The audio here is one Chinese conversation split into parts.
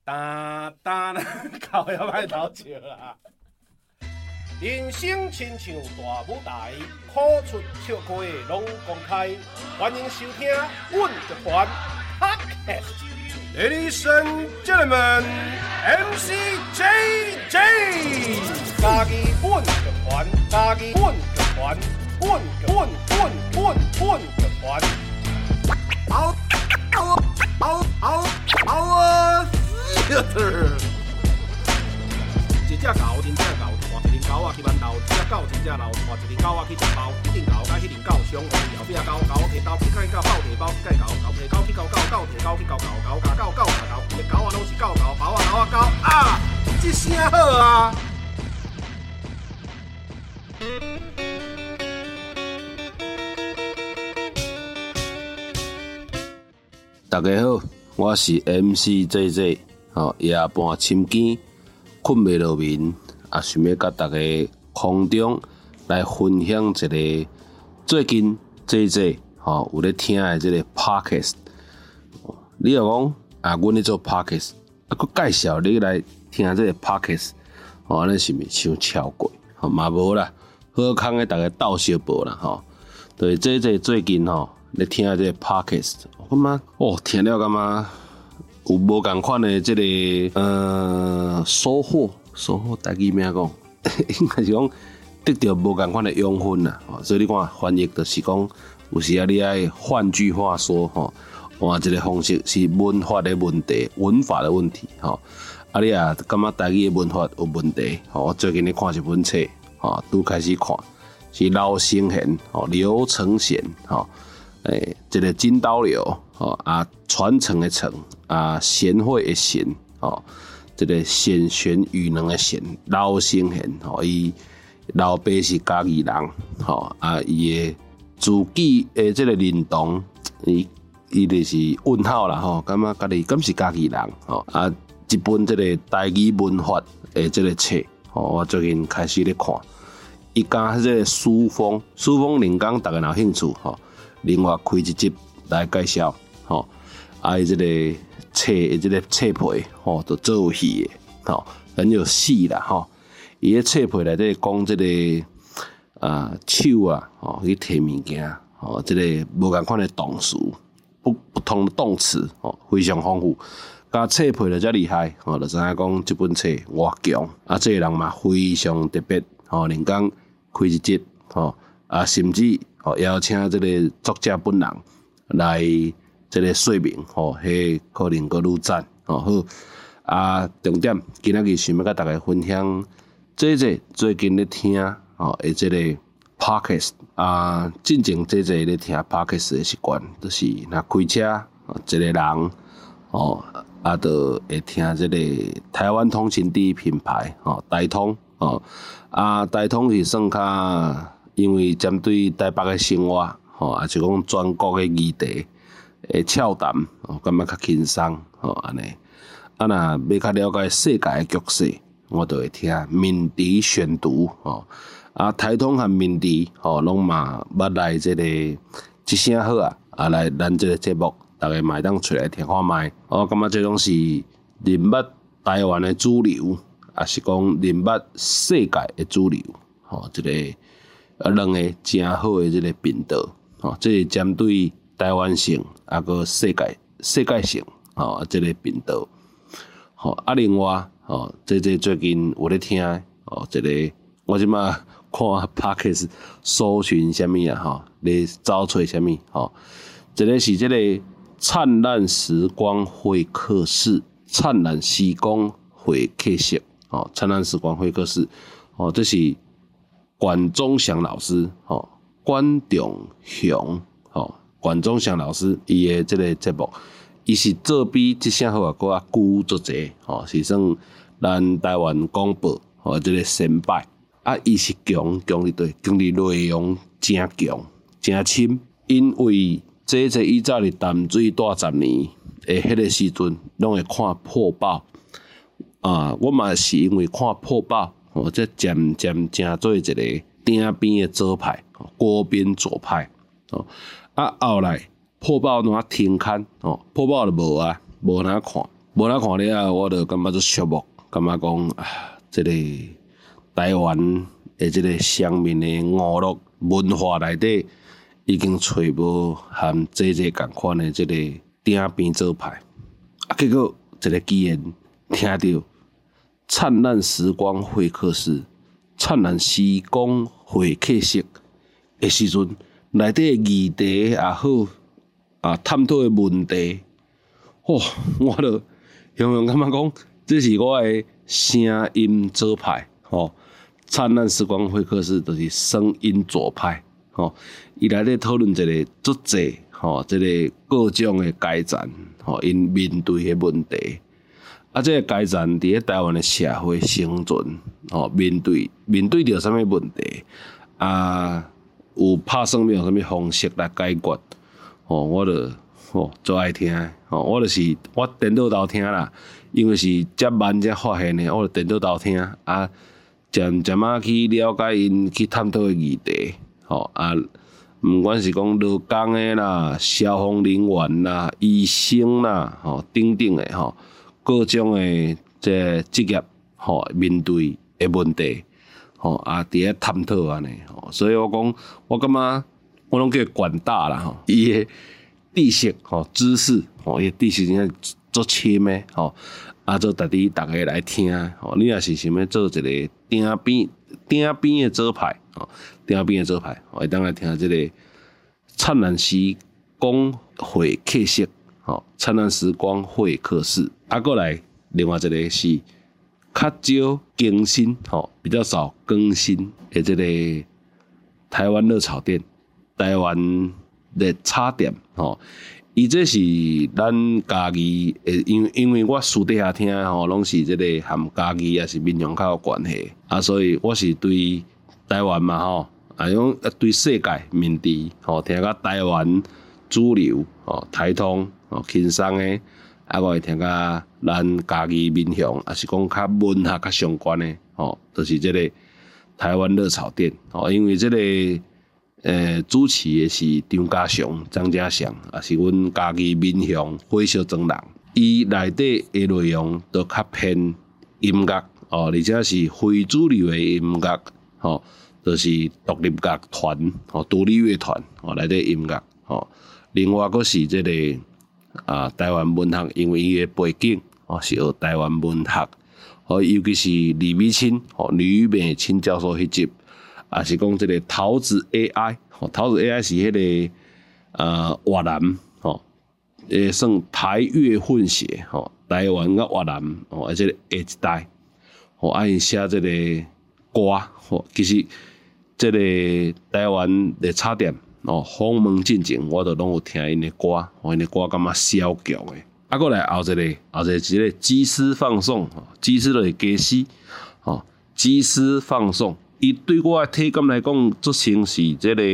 哒哒啦，靠也歹偷笑啦。人生亲像大舞台，苦出笑开拢公开。欢迎收听《阮集团 Podcast》。Ladies and gentlemen, MC JJ， 家己阮集团，家己阮集团，阮集团。一只狗真正狗，换一只狗仔去馒头；一只狗真正老，换一只狗仔去食包。一顶狗甲迄顶狗相互后壁狗，狗摕刀去甲狗，摕包去甲狗，狗摕狗去狗，狗摕狗去狗，狗甲狗，狗甲狗，伊个狗仔拢是狗，包仔狗啊！这声好啊！ 大家好，我是 MC JJ， 夜半深更困袂落眠，想要甲大家空中来分享一个最近 JJ 有咧听的这个 Podcast。你若讲阮咧做 Podcast， 佮介绍你来听这个 Podcast， 安尼是毋是伤超过？嘛无啦，好康的大家斗相报啦，对 JJ 最近咧听这个 Podcast， 我感觉听了感觉有无共款的这个收获，台语咩讲？应该是讲得到无共款的养分啦。所以你看翻译就是讲，有时你爱换句话说，换一个方式是文法的问题，文法的问题，你也感觉台语的文法有问题，我最近咧看一本册，拄开始看，是老生贤，刘承贤，这个金刀流，传承的承，贤惠的贤，这个贤贤与能的贤，老生贤，伊老爸是家己人，伊的自己的这个认同，伊就是问号啦，感觉家己敢是家己人，一本这个台语文法的这个册，我最近开始咧看，伊加这个书封人讲大家有兴趣，另外开一集来介绍，伊这个册的这个册皮，都做有戏的，很有戏啦，伊个册皮内底讲这个手去摕物件，这个无共款的动词，不同的动词，非常丰富。甲册皮就遮厉害，就知影讲这本册偌强，这个人嘛非常特别，人讲开一集，甚至邀请这个作者本人来这个说明，迄可能阁愈赞，好重点今仔日想要甲大家分享，最近咧听的这个 Podcast， 进前咧听 Podcast 的习惯，就是若开车一个人，就会听这个台湾通勤第一品牌，台通，台通是算较。因为针对台北的生活，也是讲全国的议题的俏谈，感觉较轻松，安尼。若要较了解世界的局势，我就会听敏迪选读，台通和敏迪，拢嘛捌来这个一声好来咱这个节目，大家嘛会当出来听看卖。我感觉这种是认捌台湾的主流，也是讲认捌世界的主流，这个。两个真好的这个频道，这是针对台湾性，个世界性，这个频道。另外，这最近有咧听，这个我即马看 Podcast 搜寻什么咧找找什么，这个是这个灿烂时光会客室，灿烂时光会客室，灿烂时光会客室，这是。管中祥老师，管中祥，管中祥老师，伊的这个节目，伊是做比这声好搁久足济，是算咱台湾广播这个先辈，伊是强伫对，强伫内容真强，真深，因为这以早伫淡水大10年的迄个时阵，拢会看破报，我嘛是因为看破报。这渐渐成做一个顶边的左派，国边左派。后来破报哪停刊，破报就无哪看， 无哪看了，我就感觉足寂寞，感觉讲啊，这个台湾的这个乡民的娱乐文化内底，已经找无和这共款的这个鼎边做派。啊，结果一个机缘听到灿烂时光会客室、灿烂时光会客室的时阵，内底的议题也好，探讨的问题，我就雄感觉讲，这是我的声音左派，灿烂时光会客室就是声音左派，伊内底讨论一个足济，这个各种的阶层，因面对的问题。这个阶层伫台湾的社会生存，面对着什么问题，有拍算要用什么方式来解决，我就最爱听，我就是我电脑头听啦，因为是遮慢才发现的，我就电脑头听，渐渐去了解因去探讨的议题，毋管是讲劳工的啦、消防人员啦、医生啦，等等的各种的这职业面对的问题，伫咧探讨安尼，所以我讲，我感觉我拢叫管大啦，伊的知识知识，伊知识真正足深的，做逐个来听，你若是想要做一个鼎边的做派，鼎边的做派，会当来听这个灿烂时光会客室，灿烂时光会客室，过来另外一个是较少更新，比较少更新的这个台湾热炒店，台湾热炒店，伊这是咱家己诶，因为我私底下听拢是这个和家己也是民雄较有关系，所以我是对台湾嘛用对世界面对听到台湾主流台通轻松诶，我会听到咱家己民雄，也是讲较文学较相关诶，就是这个台湾热炒店，因为这个主持的是张家祥、张家祥，也是阮家己民雄火烧庄人。伊内底的内容都较偏音乐，而且是非主流的音乐，就是独立乐团、独立乐团内底音乐。另外佫是这个台湾文学，因为伊的背景是学台湾文学，尤其是李美清、吕美清教授迄集。也是讲这个桃子 AI， 桃子 AI 是迄个越南算台越混血，台湾甲越南而且下一代，因写这个歌，其实这个台湾热炒店访问进前，我都拢有听因的歌，因的歌感觉小强的。过来后一个是个鸡丝放送，鸡丝就是鸡丝，鸡丝放送。伊对我的体感来讲，足像是这个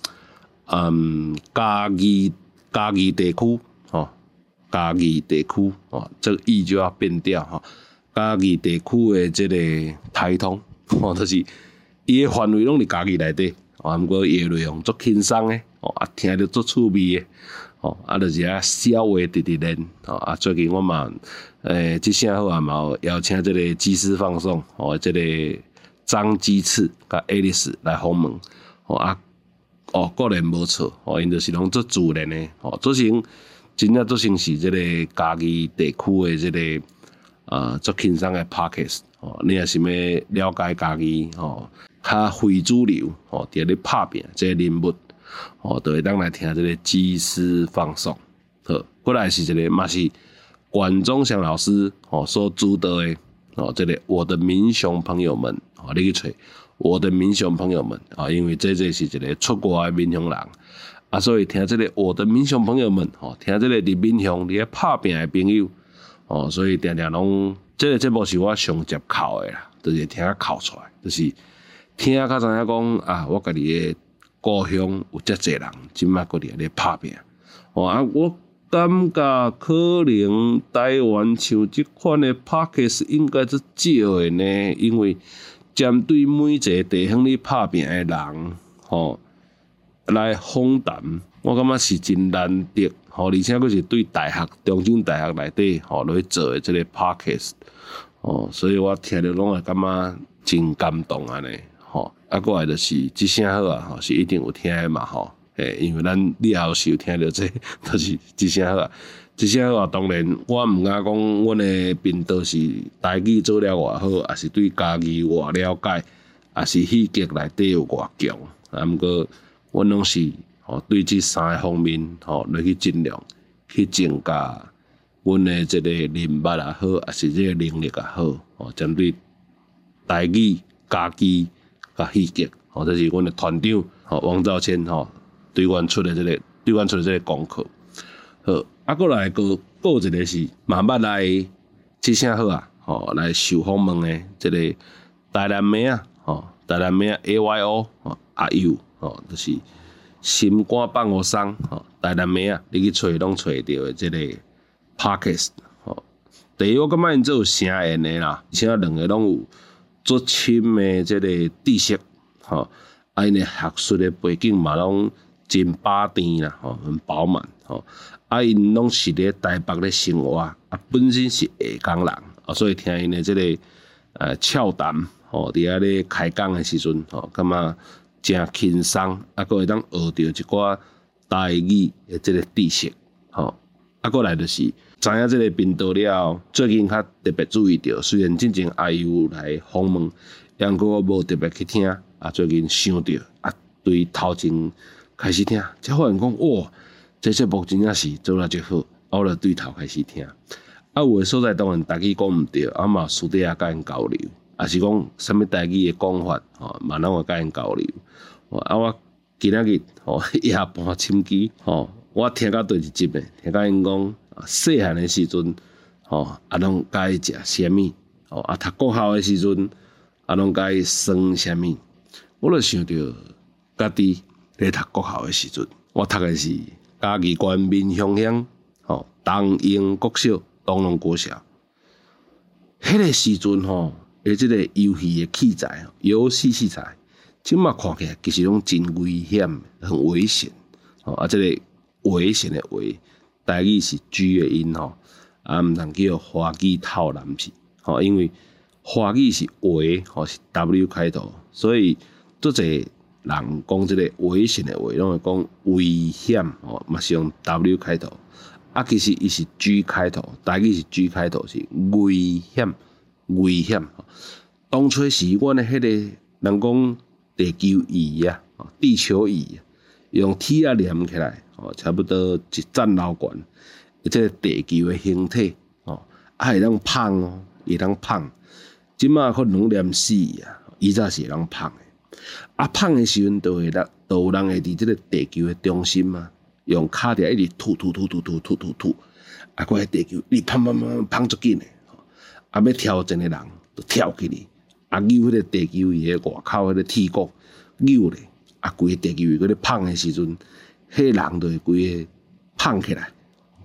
嘉义地区，嘉义地区，这个意就要变掉，嘉义地区的这个台通，就是伊的范围拢伫嘉义内底，毋过伊的内容足轻松的，听着足趣味的，就是小话直直练，最近我嘛，即声好嘛有邀请这个技师放送，这个。张基次甲 Alice 来访问，果然无错，因就是拢足自然的，真正足像是这个嘉义地区的这个足轻松的 Podcast，你若想要了解嘉义较非主流伫咧拍拼这个人物，就会当来听这个技师放送。好，过来是一个嘛是管中祥老师所主导的。这个我的民雄朋友们，你去找我的民雄朋友们因为这是一个出国的民雄人所以听这个我的民雄朋友们听这个伫民雄伫咧拍拼的朋友所以常常拢这个节目是我上接口的啦，就是听口出来，就是听较知影讲我家己的故乡有遮济人，今麦搁伫咧拍拼我。感觉可能台湾像这款的 Podcast 应该是少的呢，因为针对每一个地方咧拍拼的人，来访谈，我感觉是真难得， 而且佫是对大学中正大学内底落去做诶即个 podcast， 所以我听着拢会感觉真感动安尼，过来就是即声好啊，是一定有听诶嘛，因为咱以后是有听着这就是即声好啊。即声好啊，当然我毋敢讲阮诶频道是台语做了偌好，也是对家己偌了解，也是戏剧内底有偌强。毋过阮拢是对即三个方面来去尽量去增加阮诶即个人脉也好，也是即个能力也好，针对台语、家己、甲戏剧，这是阮诶团长王兆谦对阮出诶即个功课。好，过来有一个是慢慢来即声好啊，来受访问诶，即个台南妹啊，台南妹 AYO 阿友，就是心肝放互送，台南妹啊，你去找拢找得到诶，即个 podcast。第一，我感觉因做有声缘诶啦，而且两个拢有足深诶即个知识，因诶学术诶背景嘛拢真饱甜啦，很饱满，因拢是咧台北咧生活，本身是下港人，所以听因的即个俏谈，伫遐咧开讲的时阵，感觉真轻松，佫会当学到一寡台语的即个知识，过来就是知影即个频道了，最近较特别注意到，虽然之前也有来访问，毋过我无特别去听，最近想到，对头前开始听，才发现讲哇。这节目真正是做得真好，我就对头开始听。有诶所在当然台语讲毋对，嘛私底下甲因交流，也是讲啥物台语诶讲法，嘛拢会甲因交流。我今仔日夜半深机，我听到第一集诶，听到因讲细汉诶时阵，拢甲伊食虾米，读国校诶时阵，拢甲伊算虾米。我就想到家己咧读国校诶时阵，我读诶是嘉义县民雄乡东英国小、东龙国小，迄个时阵诶，即个游戏诶器材、游戏器材，即马看起来其实拢真危险，很危险。即个危险诶危，台语是 G 诶音毋通叫华语透蓝是，因为华语是危是 W 开头，所以做者人讲即个危险的话，拢会讲危险，嘛是用 W 开头。其实伊是 G 开头，台语是 G 开头，是危险，危险。当初是阮的迄个人讲地球仪啊，地球仪，用铁啊连起来，差不多一层楼高，即个地球的形体，会当放会当放。即马可能连死啊，以前是会当放的。放的时阵，就有人会伫即个地球的中心嘛，用骹条一直吐，过来地球，你砰出紧的，要挑战的人就跳起来，扭迄个地球仪的外口迄个铁骨扭咧，规个地球仪嗰咧砰的时阵，迄人就会规个砰起来，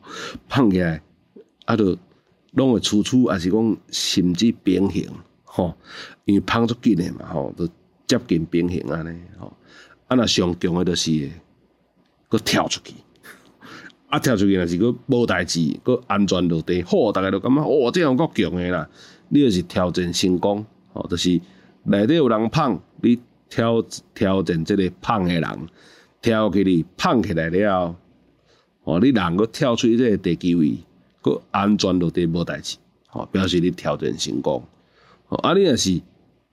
就拢会处，还是讲甚至平行，因为砰出紧的嘛，就接近平行安尼，若上强的就是佫跳出去，跳出去若是佫无代志，佫安全落地，大家就感觉这样够强的啦。你就是挑战成功，就是内底有人砰，你挑战这个砰的人，跳起你砰起来了，你人佫跳出这个地球仪，佫安全落地无代志，表示你挑战成功。你若是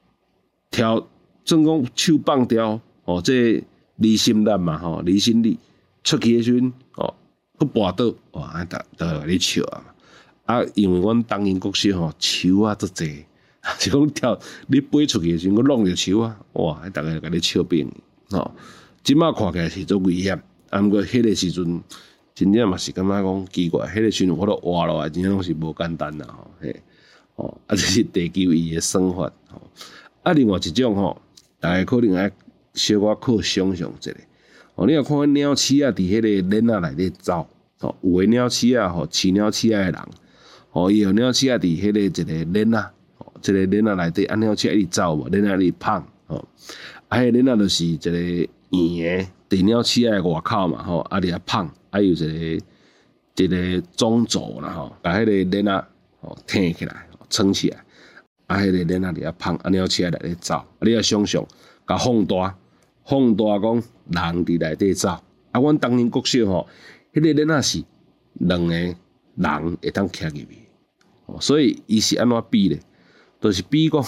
总讲手放掉，这离心力嘛，离心力出去的时阵，佫跋倒，就甲你笑啊！因为阮东英国小树足济，是讲你飞出去的时阵，佫弄着树逐个就甲你笑扁。即马看起来是足危险，毋过迄个时阵真正嘛是感觉讲奇怪，迄个时阵我都活落来，真正拢是无简单啦，这是地球仪的算法。另外一种大家可能爱小可靠想象一下。你若看鸟鼠伫迄个链仔内底走，有诶鸟鼠饲鸟鼠诶人，伊有鸟鼠伫迄个一个链仔，一个链仔内底，鸟鼠一直走无，链仔一直放，迄个链仔就是一个圆诶，伫鸟鼠诶外口嘛，伫遐放，有一个一个中轴啦吼，把迄个链仔吼挺起来，撑起来，迄个链仔伫遐放，安尼要车内底走，你要想象，甲放大讲人伫内底走，阮当年国小吼，迄个链仔是2个人会当徛入去，所以伊是安怎比咧？就是比讲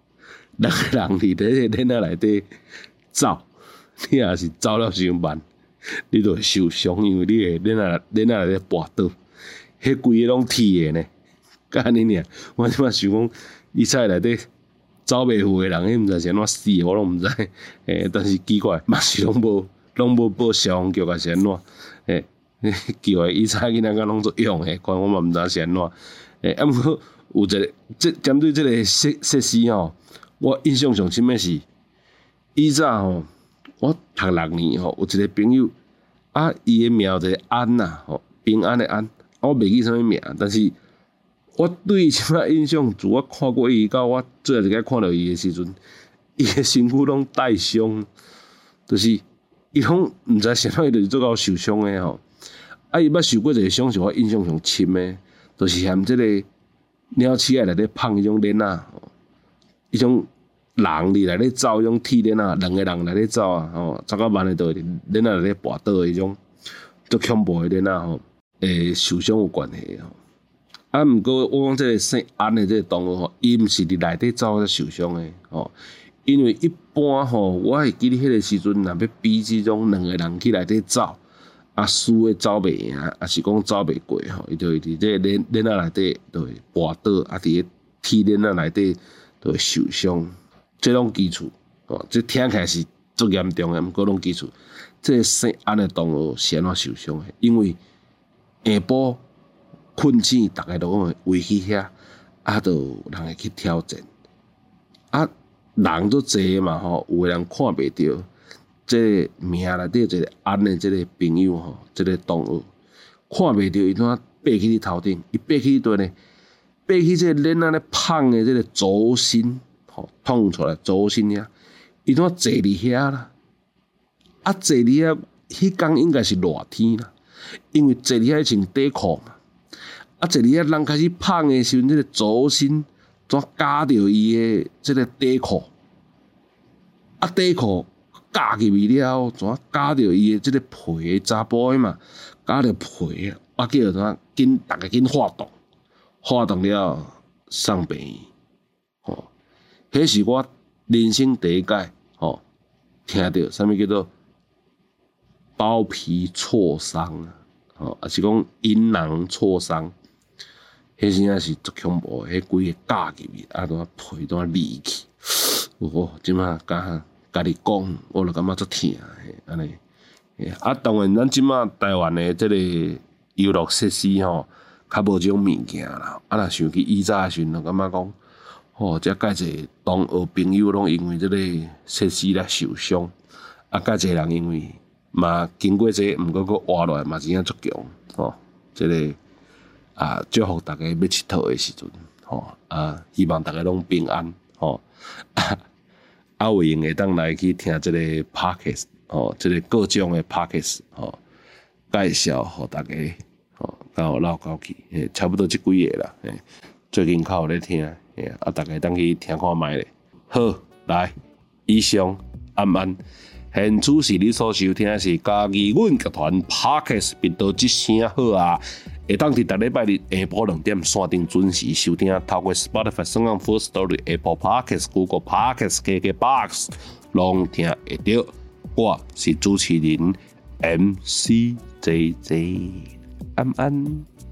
2个人伫咧链仔内底走，你若是走了伤慢，你就会受伤，因为你会链仔内底跋倒，迄规个拢铁的呢。甲安尼尔，我即摆想讲，伊在内底走袂赴的人，迄毋知是安怎死，我拢毋知。但是奇怪，嘛是拢无报消防局啊是安怎？叫的伊猜囡仔敢拢做用的，看我嘛毋知是安怎。毋过有一个，针对即个设施吼，我印象上深的是，以早吼，我读6年吼，有一个朋友啊，伊的名就安呐，吼，平安的安，我袂记啥物名，但是我对伊即摆印象，自我看过伊到我最后一摆看到伊的时阵，伊的身躯拢带伤，就是伊拢毋知啥物就是做到受伤的吼。啊，伊捌受过一个伤是我印象上深的，就是嫌即个鸟鼠内底放迄种链仔，迄种人伫内底走，迄种铁链仔，2个人内底走啊，走到慢的倒链仔内底跋倒的迄种足恐怖的链仔吼，受伤有关系吼。啊，毋过我讲即个姓安的即个动物吼，伊毋是伫内底走才受伤的吼，因为一般吼，我会记得迄个时阵，若要比即种2个人去内底走。啊，输诶走袂赢，啊是讲走袂过吼，伊就会伫这链仔内底就会跋倒，啊伫个铁链仔内底就会受伤。这种基础哦，这听起来是足严重诶，毋过拢基础。这生安诶动物是安怎受伤诶？因为下晡困醒，逐个都讲围去遐，啊，就有人会去挑战。啊，人都济嘛吼，有诶人看袂着。这名内底一个安的这个朋友吼，这个动物看袂到伊怎爬去你头顶，伊爬去倒呢？爬去这个链仔咧放的这个轴心吼，捅出来轴心遐，伊怎坐伫遐啦？啊，坐伫遐，迄天应该是热天啦，因为坐伫遐穿底裤嘛。啊，坐伫遐人开始放的时阵，这个轴心怎夹着伊的这个底裤？啊，底裤。夹入去了，怎夹着伊的即个皮查甫的嘛？夹着皮，我叫怎紧，大家紧化动了送病院。吼，迄是我人生第一届吼，听到啥物叫做包皮挫伤，吼，也是讲阴囊挫伤。迄真正是足恐怖的，迄规个夹入去，啊，怎皮怎裂去？即摆家己讲，我就感觉足疼，安尼。啊，当然，咱即马台湾的即个游乐设施吼，较无即种物件啦。啊，若想起以前的时阵，就感觉讲，吼，遮介侪同学朋友拢因为即个设施来受伤，啊，介侪人因为嘛经过这，毋过佫活落来嘛真正足强，吼，即个啊，祝福大家要佚佗的时阵，吼，啊，希望大家拢平安，吼。啊，有闲会当来去听即个 podcast 哦，即个各种的 podcast 哦，介绍互大家哦，到绕到去，差不多即几个啦，最近较有咧听，啊，大家当去听看卖咧。好，来，以上安安，现此时你所收听的是嘉义阮剧团 podcast 频道之声好啊。会当伫逐礼拜日下晡2點线頂準時收聽，透過 Spotify、SoundOn、Firstory、Apple Podcasts、Google Podcasts、KKBox 攏聽會到。我是主持人 MCJJ 安安。